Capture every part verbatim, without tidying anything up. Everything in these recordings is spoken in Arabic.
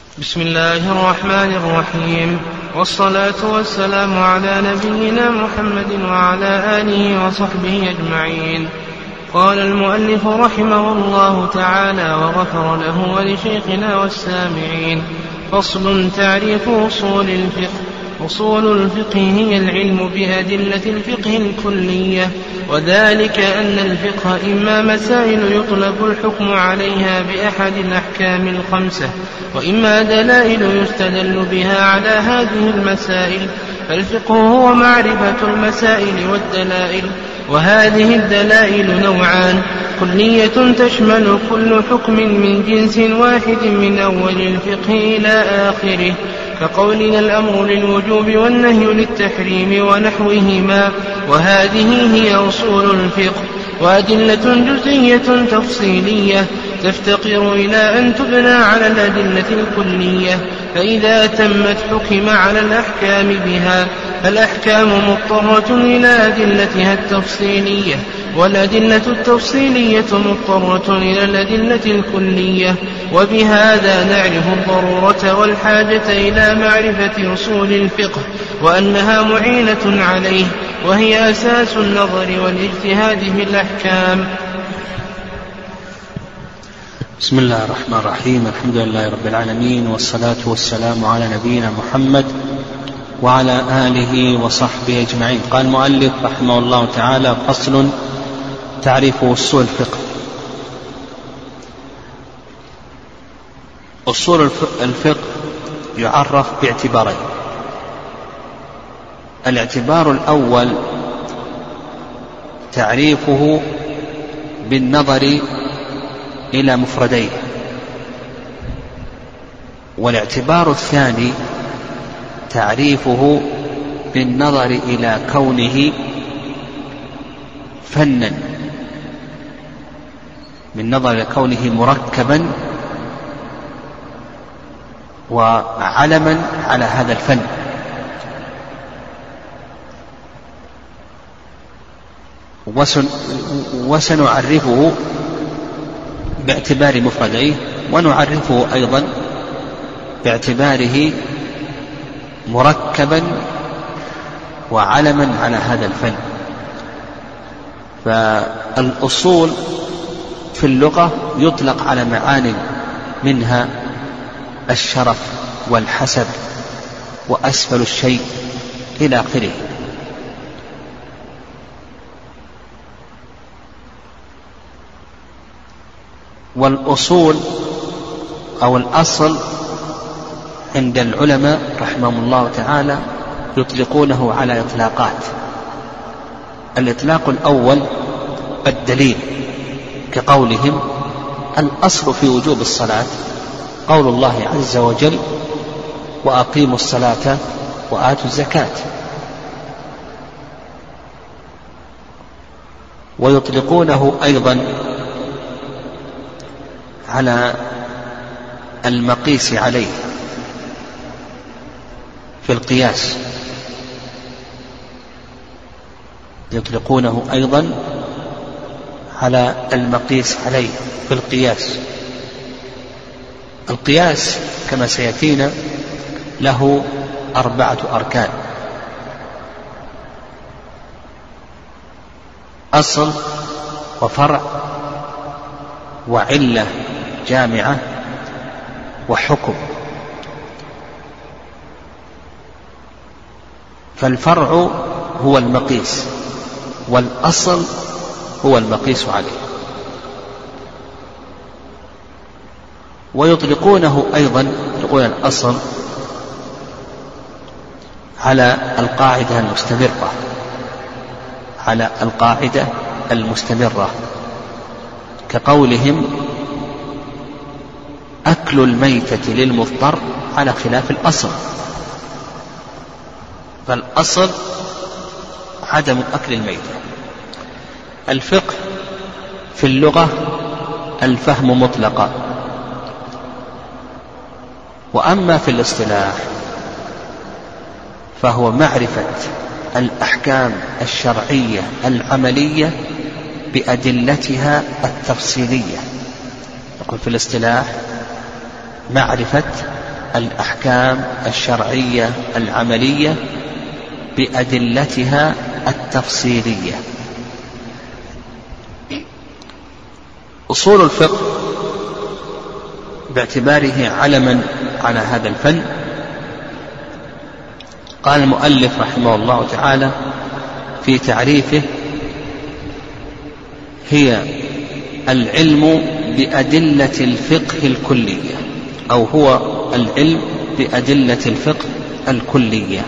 بسم الله الرحمن الرحيم، والصلاة والسلام على نبينا محمد وعلى آله وصحبه أجمعين. قال المؤلف رحمه الله تعالى وغفر له ولشيخنا والسامعين: فصل. تعريف أصول الفقه. أصول الفقه هي العلم بأدلة الفقه الكلية، وذلك أن الفقه إما مسائل يطلب الحكم عليها بأحد الأحكام الخمسة، وإما دلائل يستدل بها على هذه المسائل. فالفقه هو معرفة المسائل والدلائل، وهذه الدلائل نوعان: كلية تشمل كل حكم من جنس واحد من أول الفقه إلى آخره، كقولنا الأمر للوجوب والنهي للتحريم ونحوهما، وهذه هي أصول الفقه. وأدلة جزئية تفصيلية تفتقر إلى أن تبنى على الأدلة الكلية، فإذا تمت حكم على الأحكام بها. فالأحكام مضطرة إلى أدلتها التفصيلية، والأدلة التفصيلية مضطرة إلى الأدلة الكلية. وبهذا نعرف الضرورة والحاجة إلى معرفة أصول الفقه، وأنها معينة عليه، وهي أساس النظر والاجتهاد في الأحكام. بسم الله الرحمن الرحيم. الحمد لله رب العالمين، والصلاة والسلام على نبينا محمد وعلى آله وصحبه أجمعين. قال المؤلف رحمه الله تعالى: فصل. تعريف أصول الفقه. أصول الفقه يعرف باعتبارين: الاعتبار الأول تعريفه بالنظر إلى مفرديه، والاعتبار الثاني تعريفه بالنظر إلى كونه فنا، بالنظر إلى كونه مركبا وعلما على هذا الفن. وسنعرفه باعتبار مفرديه، ونعرفه أيضا باعتباره مركبا وعلما على هذا الفن. فالأصول في اللغة يطلق على معان منها الشرف والحسب وأسفل الشيء إلى آخره. والأصول أو الأصل عند العلماء رحمهم الله تعالى يطلقونه على إطلاقات. الإطلاق الأول الدليل، كقولهم: الأصل في وجوب الصلاة قول الله عز وجل: وأقيموا الصلاة وآتوا الزكاة. ويطلقونه أيضا على المقيس عليه في القياس، يطلقونه أيضا على المقيس عليه في القياس. القياس كما سيأتينا له أربعة أركان: أصل وفرع وعلة جامعة وحكم. فالفرع هو المقيس، والأصل هو المقيس عليه. ويطلقونه أيضا، يقول الأصل على القاعدة المستمرة، على القاعدة المستمرة، كقولهم: أكل الميتة للمضطر على خلاف الأصل. فالأصل عدم أكل الميتة. الفقه في اللغة الفهم مطلقا، وأما في الاصطلاح فهو معرفة الأحكام الشرعية العملية بأدلتها التفصيلية. يقول في الاصطلاح: معرفة الأحكام الشرعية العملية بأدلتها التفصيلية. أصول الفقه باعتباره علما على هذا الفن، قال المؤلف رحمه الله تعالى في تعريفه: هي العلم بأدلة الفقه الكلية، أو هو العلم بأدلة الفقه الكلية.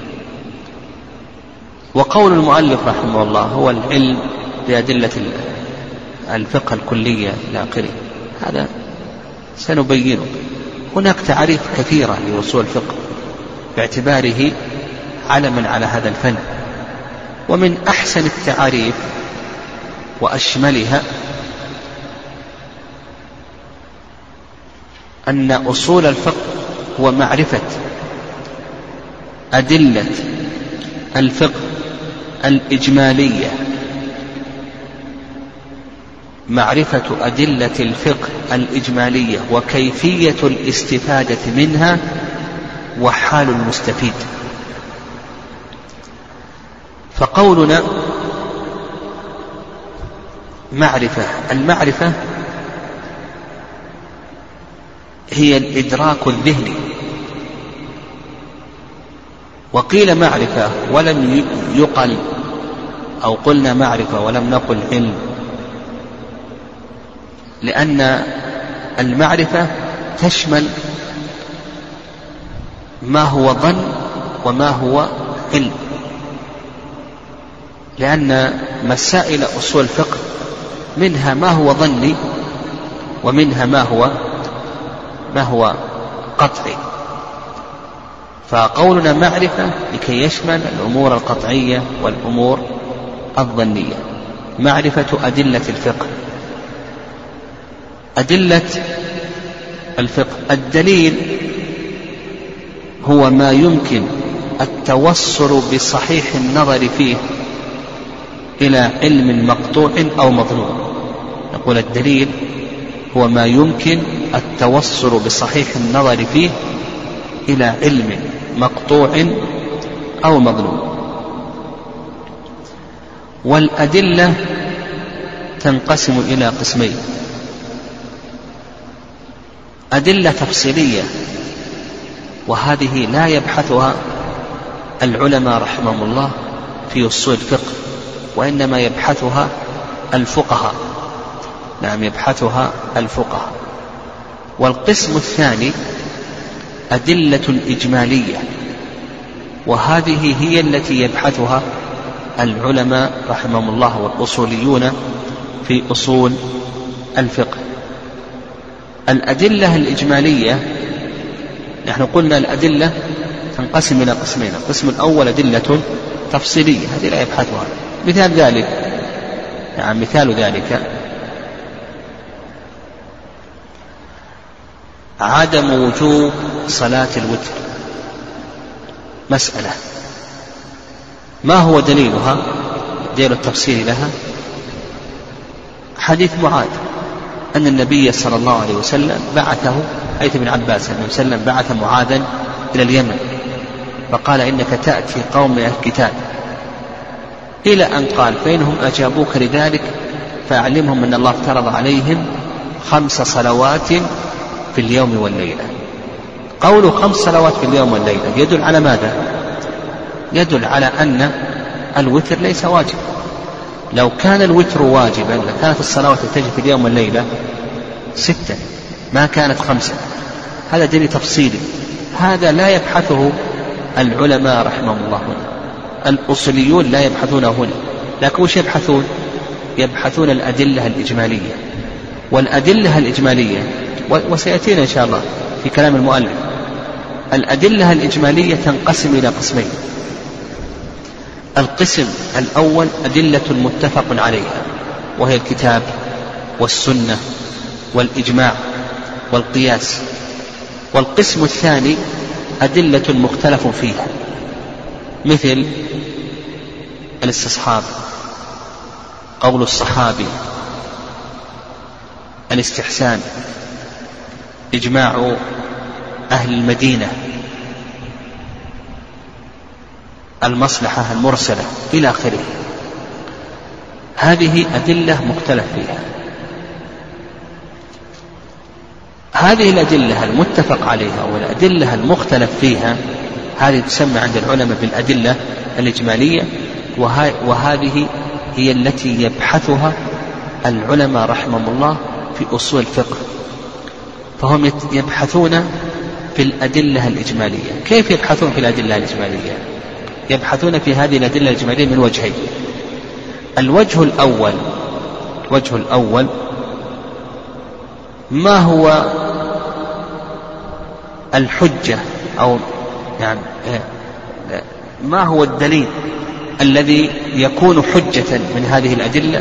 وقول المؤلف رحمه الله هو العلم بأدلة الفقه الكلية إلى آخره، هذا سنبينه. هناك تعريف كثيرة لأصول الفقه باعتباره علما على هذا الفن، ومن أحسن التعاريف وأشملها أن أصول الفقه هو معرفة أدلة الفقه الإجمالية، معرفة أدلة الفقه الإجمالية وكيفية الاستفادة منها وحال المستفيد. فقولنا معرفة، المعرفة هي الإدراك الذهني، وقيل معرفة ولم يقل، أو قلنا معرفة ولم نقل علم، لأن المعرفة تشمل ما هو ظن وما هو علم، لأن مسائل أصول الفقه منها ما هو ظني ومنها ما هو ما هو قطعي. فقولنا معرفة لكي يشمل الأمور القطعية والأمور الظنية. معرفة أدلة الفقه، أدلة الفقه، الدليل هو ما يمكن التوصل بصحيح النظر فيه إلى علم مقطوع أو مظنون. نقول الدليل هو ما يمكن التوصل بصحيح النظر فيه إلى علم مقطوع أو مظنون. والأدلة تنقسم إلى قسمين: أدلة تفصيلية، وهذه لا يبحثها العلماء رحمهم الله في أصول الفقه، وإنما يبحثها الفقهاء. نعم، يبحثها الفقهاء. والقسم الثاني أدلة إجمالية، وهذه هي التي يبحثها العلماء رحمهم الله والأصوليون في أصول الفقه. الأدلة الإجمالية، نحن قلنا الأدلة تنقسم إلى قسمين: القسم الأول أدلة تفصيلية، هذه لا يبحثها. مثال ذلك، نعم مثال ذلك عدم وجوب صلاة الوتر. مسألة، ما هو دليلها؟ دليل التفصيل لها حديث معاذ أن النبي صلى الله عليه وسلم بعثه، حديث ابن عباس أن النبي صلى الله عليه وسلم بعث معاذا إلى اليمن، فقال: إنك تأتي قوم من الكتاب، إلى أن قال: فإنهم أجابوك لذلك فأعلمهم أن الله افترض عليهم خمس صلوات في اليوم والليلة. قوله خمس صلوات في اليوم والليلة يدل على ماذا؟ يدل على أن الوتر ليس واجب. لو كان الوتر واجبا لكانت الصلوات تجب في اليوم والليلة ستة، ما كانت خمسة. هذا دليل تفصيلي، هذا لا يبحثه العلماء رحمهم الله هنا. الأصوليون لا يبحثونه هنا، لكن وش يبحثون؟ يبحثون الأدلة الإجمالية. والأدلة الإجمالية، وسيأتينا إن شاء الله في كلام المؤلف، الأدلة الإجمالية تنقسم إلى قسمين: القسم الأول أدلة متفق عليها، وهي الكتاب والسنة والإجماع والقياس. والقسم الثاني أدلة مختلف فيها، مثل الاستصحاب، قول الصحابي، الاستحسان، إجماع أهل المدينة، المصلحة المرسلة إلى آخره. هذه أدلة مختلف فيها. هذه الأدلة المتفق عليها والأدلة المختلف فيها هذه تسمى عند العلماء بالأدلة الإجمالية، وهذه هي التي يبحثها العلماء رحمهم الله في أصول الفقه. فهم يبحثون في الأدلة الإجمالية. كيف يبحثون في الأدلة الإجمالية؟ يبحثون في هذه الأدلة الإجمالية من وجهين. الوجه الأول الوجه الأول ما هو الحجة أو يعني ما هو الدليل الذي يكون حجة من هذه الأدلة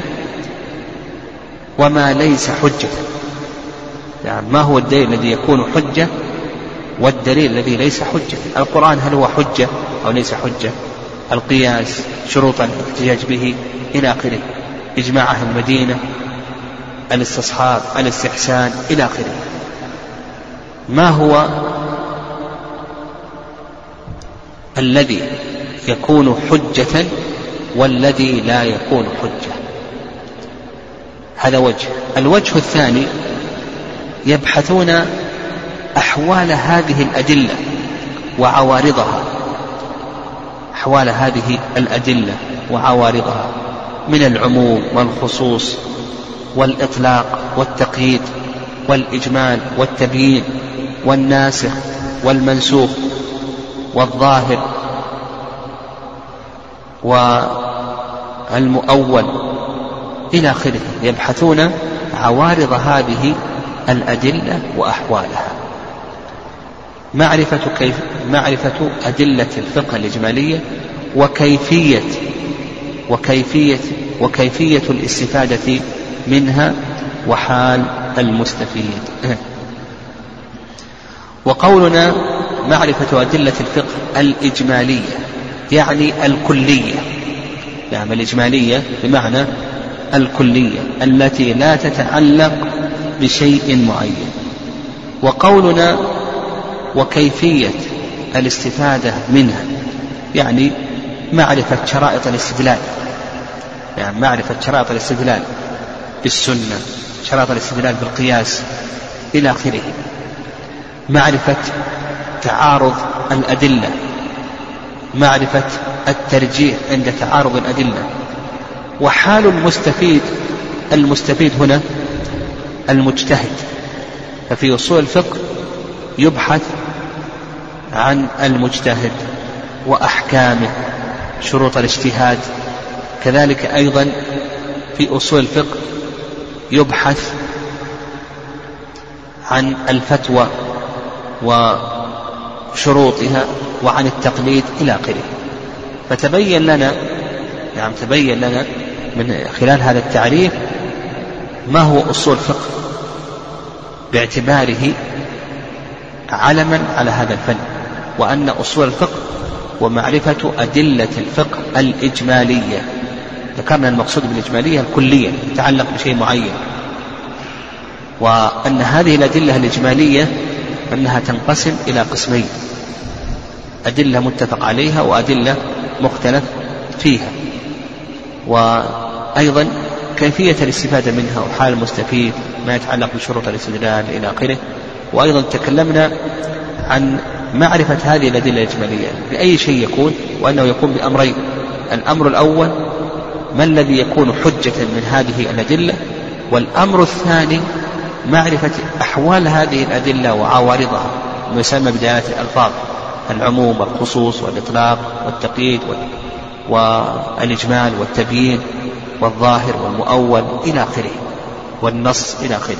وما ليس حجة. يعني ما هو الدليل الذي يكون حجة والدليل الذي ليس حجة؟ القرآن هل هو حجة أو ليس حجة؟ القياس، شروط الاحتجاج به إلى آخره، إجماع أهل المدينة، الاستصحاب، الاستحسان إلى آخره. ما هو الذي يكون حجة والذي لا يكون حجة؟ هذا وجه. الوجه الثاني يبحثون أحوال هذه الأدلة وعوارضها، أحوال هذه الأدلة وعوارضها من العموم والخصوص والإطلاق والتقييد والإجمال والتبيين والناسخ والمنسوخ والظاهر والمؤول إلى آخره. يبحثون عوارض هذه الأدلة وأحوالها. معرفة كيف معرفة أدلة الفقه الإجمالية وكيفية وكيفية وكيفية الاستفادة منها وحال المستفيد. وقولنا معرفة أدلة الفقه الإجمالية يعني الكلية، يعني الإجمالية بمعنى الكلية التي لا تتعلق بشيء معين. وقولنا وكيفية الاستفادة منها يعني معرفة شرائط الاستدلال، يعني معرفة شرائط الاستدلال بالسنة، شرائط الاستدلال بالقياس إلى آخره. معرفة تعارض الأدلة، معرفة الترجيح عند تعارض الأدلة. وحال المستفيد، المستفيد هنا المجتهد. ففي أصول الفقه يبحث عن المجتهد وأحكامه، شروط الاجتهاد. كذلك أيضا في أصول الفقه يبحث عن الفتوى وشروطها وعن التقليد إلى آخره. فتبين لنا يعني تبين لنا من خلال هذا التعريف ما هو أصول الفقه باعتباره علما على هذا الفن، وأن أصول الفقه ومعرفة أدلة الفقه الإجمالية. ذكرنا المقصود بالإجمالية الكلية تتعلق بشيء معين، وأن هذه الأدلة الإجمالية أنها تنقسم إلى قسمين: أدلة متفق عليها وأدلة مختلف فيها، وأيضا كيفية الاستفادة منها وحال المستفيد، ما يتعلق بشروط الاستدلال إلى آخره. وأيضا تكلمنا عن معرفة هذه الأدلة الإجمالية بأي شيء يكون، وأنه يكون بأمرين: الأمر الأول ما الذي يكون حجة من هذه الأدلة، والأمر الثاني معرفة أحوال هذه الأدلة وعوارضها، ما يسمى بدلالة الألفاظ: العموم والخصوص والإطلاق والتقييد والإجمال والتبيين والظاهر والمؤول إلى آخره، والنص إلى آخره.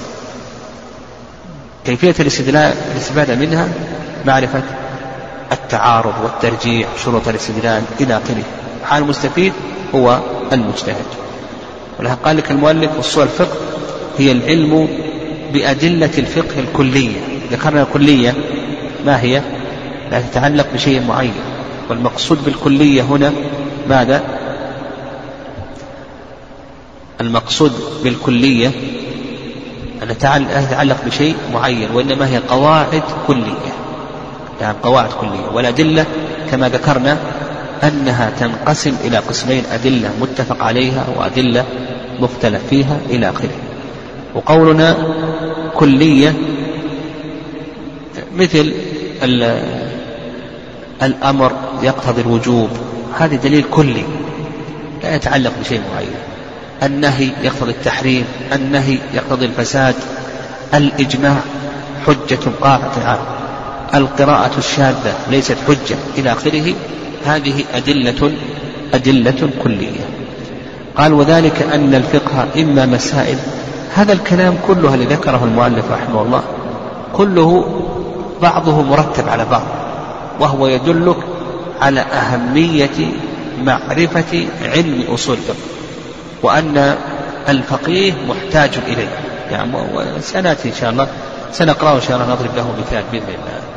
كيفية الاستفادة منها معرفة التعارض والترجيح، شروط الاستدلال إلى آخره. حال المستفيد هو المجتهد. ولهذا قال لك المؤلف: أصول الفقه هي العلم بأدلة الفقه الكلية. ذكرنا الكلية ما هي؟ لا تتعلق بشيء معين، والمقصود بالكلية هنا ماذا؟ المقصود بالكلية أن لا تتعلق بشيء معين، وإنما هي قواعد كلية. يعني قواعد كلية. والأدلة كما ذكرنا أنها تنقسم إلى قسمين: أدلة متفق عليها وأدلة مختلف فيها إلى آخره. وقولنا كلية مثل الأمر يقتضي الوجوب، هذا دليل كلي لا يتعلق بشيء معين. النهي يقتضي التحريم، النهي يقتضي الفساد، الإجماع حجة قاطعة، القراءة الشاذة ليست حجة إلى آخره. هذه أدلة أدلة كلية. قال: وذلك أن الفقه إما مسائل. هذا الكلام كله اللي ذكره المؤلف رحمه الله كله بعضه مرتب على بعض، وهو يدلك على أهمية معرفة علم أصول الفقه، وأن الفقيه محتاج إليه. يعني سنأتي إن شاء الله سنقرأ إن شاء الله نضرب له مثال بإذن الله.